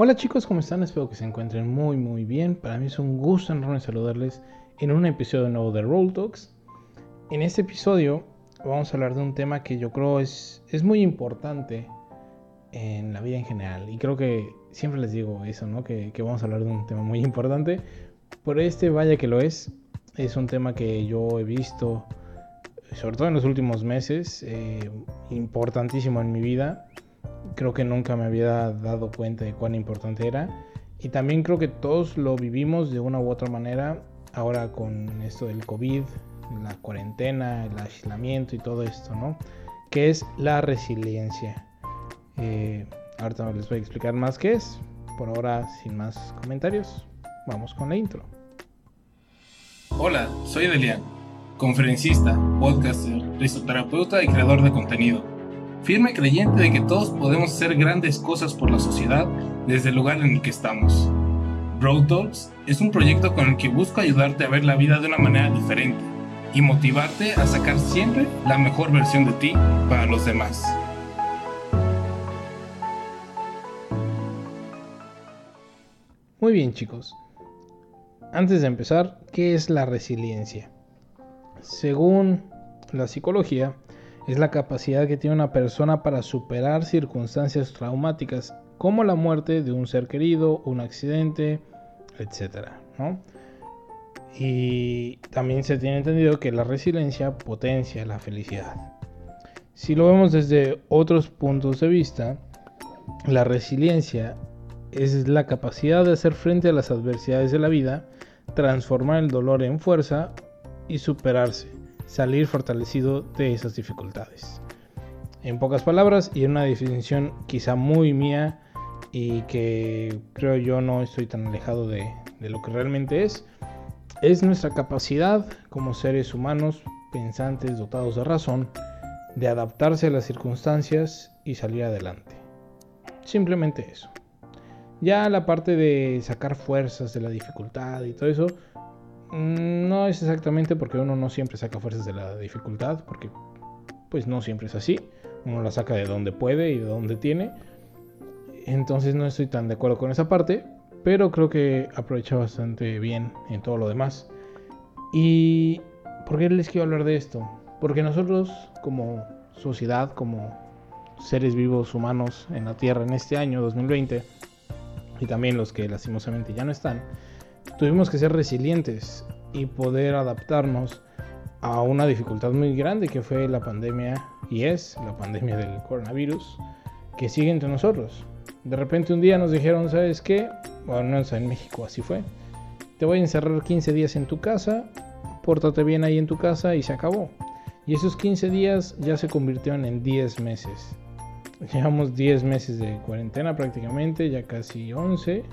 Hola chicos, ¿cómo están? Espero que se encuentren muy bien. Para mí es un gusto enorme saludarles en un episodio nuevo de Roll Talks. En este episodio vamos a hablar de un tema que yo creo es muy importante en la vida en general. Y creo que siempre les digo eso, ¿no? Que vamos a hablar de un tema muy importante. Por vaya que lo es. Es un tema que yo he visto, sobre todo en los últimos meses, importantísimo en mi vida. Creo que nunca me había dado cuenta de cuán importante era. Y también creo que todos lo vivimos de una u otra manera ahora con esto del COVID, la cuarentena, el aislamiento y todo esto, ¿no? Que es la resiliencia. Ahorita les voy a explicar más qué es. Por ahora, sin más comentarios, vamos con la intro. Hola, soy Delian, conferencista, podcaster, risoterapeuta y creador de contenido. Firme creyente de que todos podemos hacer grandes cosas por la sociedad desde el lugar en el que estamos. Road Talks es un proyecto con el que busco ayudarte a ver la vida de una manera diferente y motivarte a sacar siempre la mejor versión de ti para los demás. Muy bien, chicos. Antes de empezar, ¿qué es la resiliencia? Según la psicología, es la capacidad que tiene una persona para superar circunstancias traumáticas como la muerte de un ser querido, un accidente, etc., ¿no? Y también se tiene entendido que la resiliencia potencia la felicidad. Si lo vemos desde otros puntos de vista, la resiliencia es la capacidad de hacer frente a las adversidades de la vida, transformar el dolor en fuerza y superarse, salir fortalecido de esas dificultades. En pocas palabras y en una definición quizá muy mía y que creo yo no estoy tan alejado de lo que realmente es nuestra capacidad como seres humanos, pensantes, dotados de razón, de adaptarse a las circunstancias y salir adelante. Simplemente eso. Ya la parte de sacar fuerzas de la dificultad y todo eso, no es exactamente porque uno no siempre saca fuerzas de la dificultad, porque pues no siempre es así. Uno la saca de donde puede y de donde tiene. Entonces no estoy tan de acuerdo con esa parte, pero creo que aprovecha bastante bien en todo lo demás. ¿Y por qué les quiero hablar de esto? Porque nosotros como sociedad, como seres vivos humanos en la Tierra en este año 2020, y también los que lastimosamente ya no están, tuvimos que ser resilientes y poder adaptarnos a una dificultad muy grande que fue la pandemia, y es la pandemia del coronavirus, que sigue entre nosotros. De repente un día nos dijeron, ¿sabes qué? Bueno, no en México así fue. Te voy a encerrar 15 días en tu casa, pórtate bien ahí en tu casa y se acabó. Y esos 15 días ya se convirtieron en 10 meses. Llevamos 10 meses de cuarentena prácticamente, ya casi 11.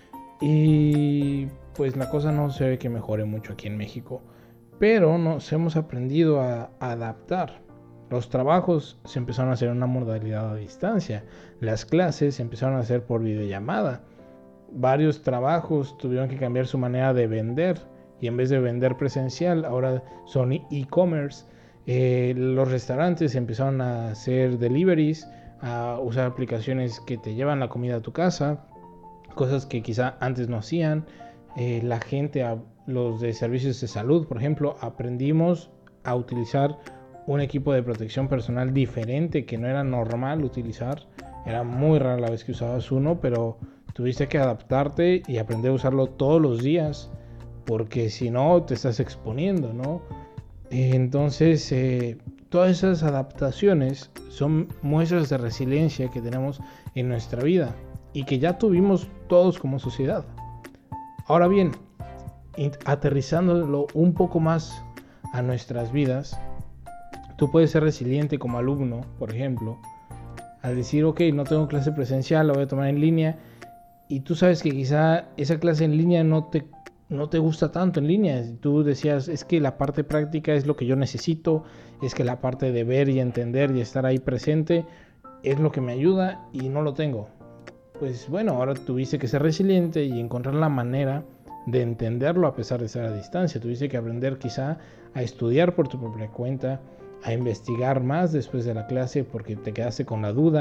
Y pues la cosa no se ve que mejore mucho aquí en México. Pero nos hemos aprendido a adaptar. Los trabajos se empezaron a hacer en una modalidad a distancia. Las clases se empezaron a hacer por videollamada. Varios trabajos tuvieron que cambiar su manera de vender. Y en vez de vender presencial, ahora son e-commerce. Los restaurantes empezaron a hacer deliveries, a usar aplicaciones que te llevan la comida a tu casa, cosas que quizá antes no hacían. La gente, los de servicios de salud, por ejemplo, aprendimos a utilizar un equipo de protección personal diferente que no era normal utilizar. Era muy rara la vez que usabas uno, pero tuviste que adaptarte y aprender a usarlo todos los días, porque si no te estás exponiendo, ¿no? Entonces, todas esas adaptaciones son muestras de resiliencia que tenemos en nuestra vida y que ya tuvimos todos como sociedad. Ahora bien, aterrizándolo un poco más a nuestras vidas, tú puedes ser resiliente como alumno, por ejemplo, al decir, ok, no tengo clase presencial, la voy a tomar en línea, y tú sabes que quizá esa clase en línea no te gusta tanto en línea. Tú decías, es que la parte práctica es lo que yo necesito, es que la parte de ver y entender y estar ahí presente es lo que me ayuda y no lo tengo. Pues bueno, ahora tuviste que ser resiliente y encontrar la manera de entenderlo a pesar de estar a distancia. Tuviste que aprender quizá a estudiar por tu propia cuenta, a investigar más después de la clase porque te quedaste con la duda,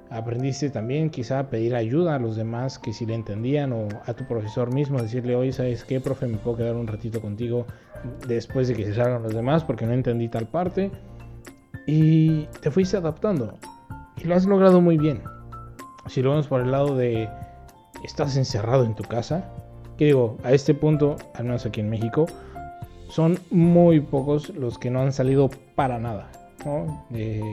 Aprendiste también quizá a pedir ayuda a los demás que si le entendían, o a tu profesor mismo, decirle, oye, ¿sabes qué, profe? ¿Me puedo quedar un ratito contigo después de que se salgan los demás porque no entendí tal parte? Y te fuiste adaptando y lo has logrado muy bien. Si lo vemos por el lado de estás encerrado en tu casa, que digo, a este punto, al menos aquí en México, son muy pocos los que no han salido para nada, ¿no?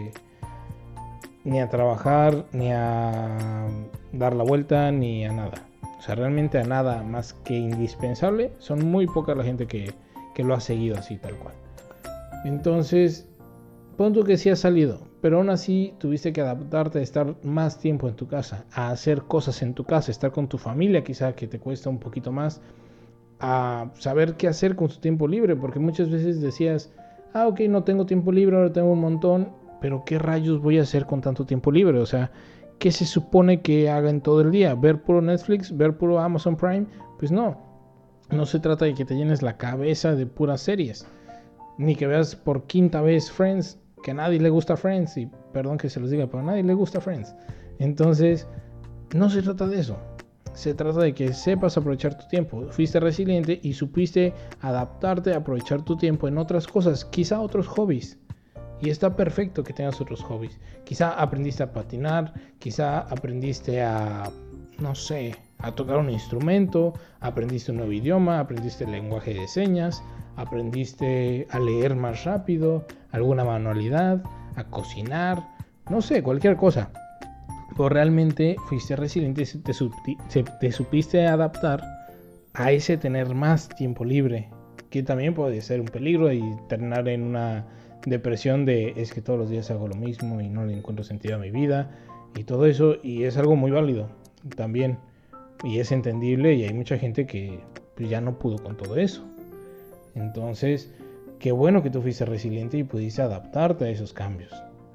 Ni a trabajar, ni a dar la vuelta, ni a nada. O sea, realmente a nada más que indispensable. Son muy poca la gente que lo ha seguido así, tal cual. Entonces, pon tú que sí has salido, pero aún así tuviste que adaptarte a estar más tiempo en tu casa, a hacer cosas en tu casa, estar con tu familia quizá, que te cuesta un poquito más, a saber qué hacer con tu tiempo libre, porque muchas veces decías, ok, no tengo tiempo libre, ahora tengo un montón, pero ¿qué rayos voy a hacer con tanto tiempo libre? O sea, ¿qué se supone que haga en todo el día? ¿Ver puro Netflix? ¿Ver puro Amazon Prime? Pues no se trata de que te llenes la cabeza de puras series, ni que veas por quinta vez Friends, que a nadie le gusta Friends, y perdón que se los diga, pero a nadie le gusta Friends. Entonces, no se trata de eso. Se trata de que sepas aprovechar tu tiempo. Fuiste resiliente y supiste adaptarte a aprovechar tu tiempo en otras cosas, quizá otros hobbies. Y está perfecto que tengas otros hobbies. Quizá aprendiste a patinar, quizá aprendiste a, no sé, a tocar un instrumento, aprendiste un nuevo idioma, aprendiste el lenguaje de señas, aprendiste a leer más rápido, alguna manualidad, a cocinar, no sé, cualquier cosa. Pero realmente fuiste resiliente y te supiste adaptar a ese tener más tiempo libre, que también puede ser un peligro y terminar en una depresión de es que todos los días hago lo mismo y no le encuentro sentido a mi vida y todo eso, y es algo muy válido también y es entendible, y hay mucha gente que pues, ya no pudo con todo eso. Entonces, qué bueno que tú fuiste resiliente y pudiste adaptarte a esos cambios.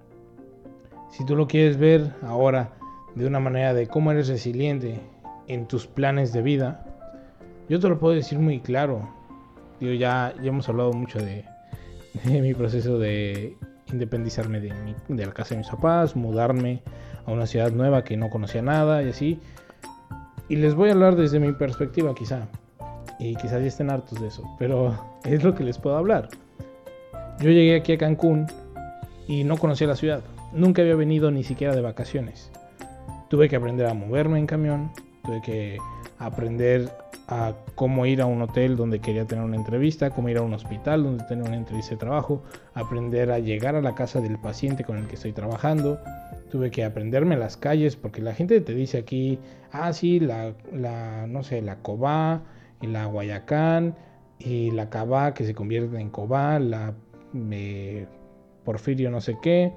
Si tú lo quieres ver ahora de una manera de cómo eres resiliente en tus planes de vida, yo te lo puedo decir muy claro. Ya hemos hablado mucho de mi proceso de independizarme de la casa de mis papás, mudarme a una ciudad nueva que no conocía nada y así. Y les voy a hablar desde mi perspectiva quizá. Y quizás ya estén hartos de eso, pero es lo que les puedo hablar. Yo llegué aquí a Cancún y no conocía la ciudad. Nunca había venido ni siquiera de vacaciones. Tuve que aprender a moverme en camión. Tuve que aprender a cómo ir a un hotel donde quería tener una entrevista, cómo ir a un hospital donde tener una entrevista de trabajo, aprender a llegar a la casa del paciente con el que estoy trabajando. Tuve que aprenderme las calles porque la gente te dice aquí, sí, no sé, la Cobá y la Guayacán y la Cabá que se convierte en Cobá, la Porfirio no sé qué,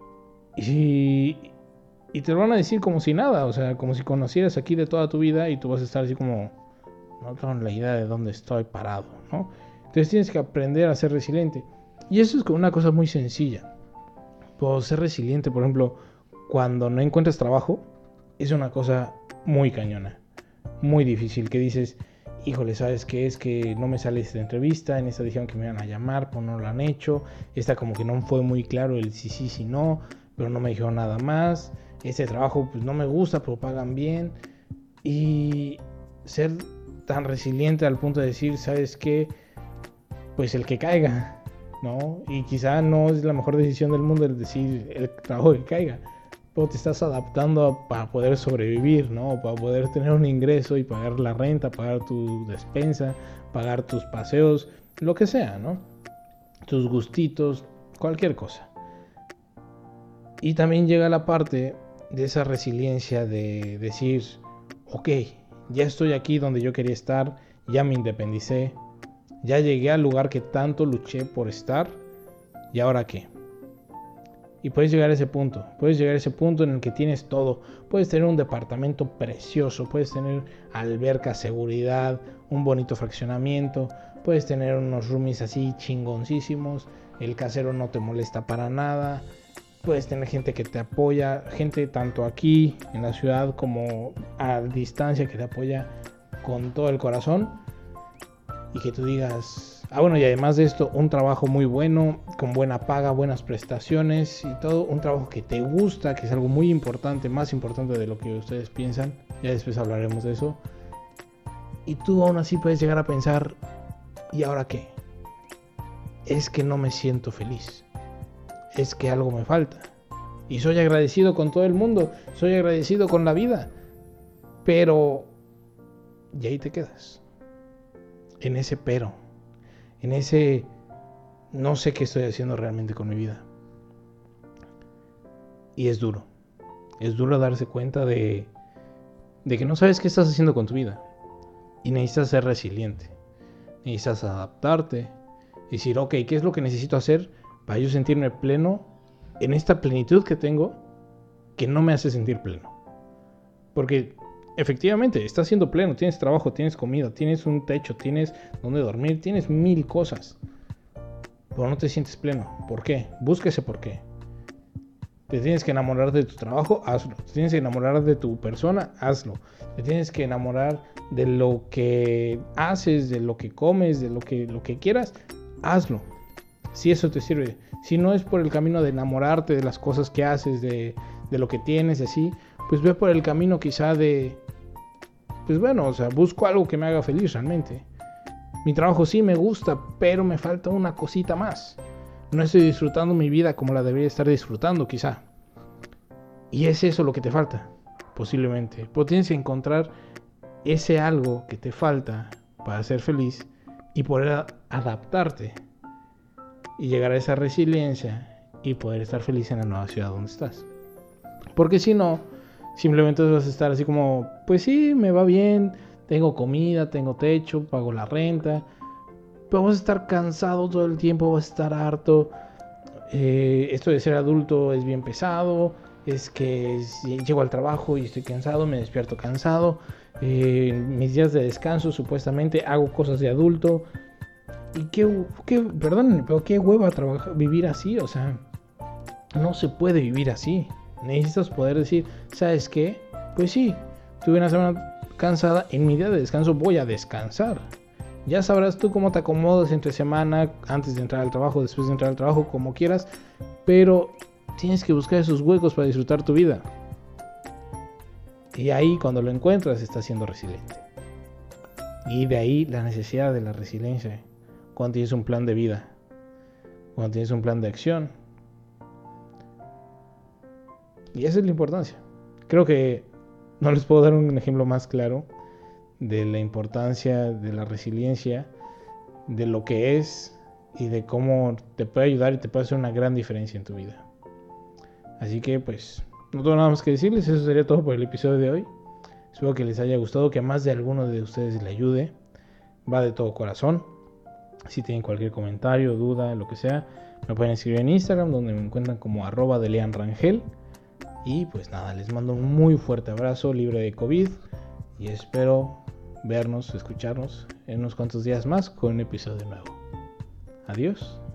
y te lo van a decir como si nada, o sea, como si conocieras aquí de toda tu vida y tú vas a estar así como, no tengo la idea de dónde estoy parado, ¿no? Entonces tienes que aprender a ser resiliente. Y eso es como una cosa muy sencilla. Puedo ser resiliente, por ejemplo, cuando no encuentras trabajo, es una cosa muy cañona, muy difícil, que dices, híjole, ¿sabes qué? Es que no me sale esta entrevista, en esta dijeron que me iban a llamar, pero no lo han hecho, esta como que no fue muy claro el sí, no, pero no me dijeron nada más, este trabajo pues no me gusta, pero pagan bien, y ser tan resiliente al punto de decir, ¿sabes qué? Pues el que caiga, ¿no? Y quizá no es la mejor decisión del mundo el decir el trabajo que caiga, pero te estás adaptando para poder sobrevivir, ¿no? Para poder tener un ingreso y pagar la renta, pagar tu despensa, pagar tus paseos, lo que sea, ¿no? Tus gustitos, cualquier cosa. Y también llega la parte de esa resiliencia de decir, ok, ya estoy aquí donde yo quería estar, ya me independicé, ya llegué al lugar que tanto luché por estar, ¿y ahora qué? Y puedes llegar a ese punto en el que tienes todo. Puedes tener un departamento precioso, puedes tener alberca, seguridad, un bonito fraccionamiento, puedes tener unos roomies así chingoncísimos, el casero no te molesta para nada, puedes tener gente que te apoya, gente tanto aquí en la ciudad como a distancia que te apoya con todo el corazón, y que tú digas, Bueno, y además de esto, un trabajo muy bueno, con buena paga, buenas prestaciones y todo, un trabajo que te gusta, que es algo muy importante, más importante de lo que ustedes piensan, ya después hablaremos de eso. Y tú aún así puedes llegar a pensar, ¿y ahora qué? Es que no me siento feliz, es que algo me falta. Y soy agradecido con todo el mundo, soy agradecido con la vida, pero... y ahí te quedas, en ese pero, en ese no sé qué estoy haciendo realmente con mi vida. Y es duro darse cuenta de que no sabes qué estás haciendo con tu vida. Y necesitas ser resiliente, necesitas adaptarte y decir, ok, ¿qué es lo que necesito hacer para yo sentirme pleno en esta plenitud que tengo que no me hace sentir pleno? Porque efectivamente estás siendo pleno, tienes trabajo, tienes comida, tienes un techo, tienes donde dormir, tienes 1000 cosas, pero no te sientes pleno. ¿Por qué? Busca ese por qué. Te tienes que enamorar de tu trabajo, hazlo. Te tienes que enamorar de tu persona, hazlo. Te tienes que enamorar de lo que haces, de lo que comes, de lo que quieras, hazlo. Si eso te sirve. Si no es por el camino de enamorarte de las cosas que haces, de lo que tienes, así, pues ve por el camino quizá de... pues bueno, o sea, busco algo que me haga feliz realmente. Mi trabajo sí me gusta, pero me falta una cosita más. No estoy disfrutando mi vida como la debería estar disfrutando, quizá. Y es eso lo que te falta, posiblemente. Pero tienes que encontrar ese algo que te falta para ser feliz y poder adaptarte y llegar a esa resiliencia y poder estar feliz en la nueva ciudad donde estás. Porque si no, simplemente vas a estar así como, pues sí, me va bien, tengo comida, tengo techo, pago la renta, pero vas a estar cansado todo el tiempo, vas a estar harto. Esto de ser adulto es bien pesado, es que llego al trabajo y estoy cansado, me despierto cansado. Mis días de descanso supuestamente hago cosas de adulto. Y perdón, pero qué hueva vivir así, o sea, no se puede vivir así. Necesitas poder decir, ¿sabes qué? Pues sí, tuve una semana cansada, en mi día de descanso voy a descansar. Ya sabrás tú cómo te acomodas entre semana, antes de entrar al trabajo, después de entrar al trabajo, como quieras, pero tienes que buscar esos huecos para disfrutar tu vida. Y ahí, cuando lo encuentras, estás siendo resiliente. Y de ahí la necesidad de la resiliencia. Cuando tienes un plan de vida, cuando tienes un plan de acción. Y esa es la importancia. Creo que no les puedo dar un ejemplo más claro de la importancia de la resiliencia, de lo que es y de cómo te puede ayudar y te puede hacer una gran diferencia en tu vida. Así que pues no tengo nada más que decirles, eso sería todo por el episodio de hoy. Espero que les haya gustado, que a más de alguno de ustedes le ayude. Va de todo corazón. Si tienen cualquier comentario, duda, lo que sea, me pueden escribir en Instagram, donde me encuentran como @delianrangel. Y pues nada, les mando un muy fuerte abrazo, libre de COVID, y espero vernos, escucharnos en unos cuantos días más con un episodio nuevo. Adiós.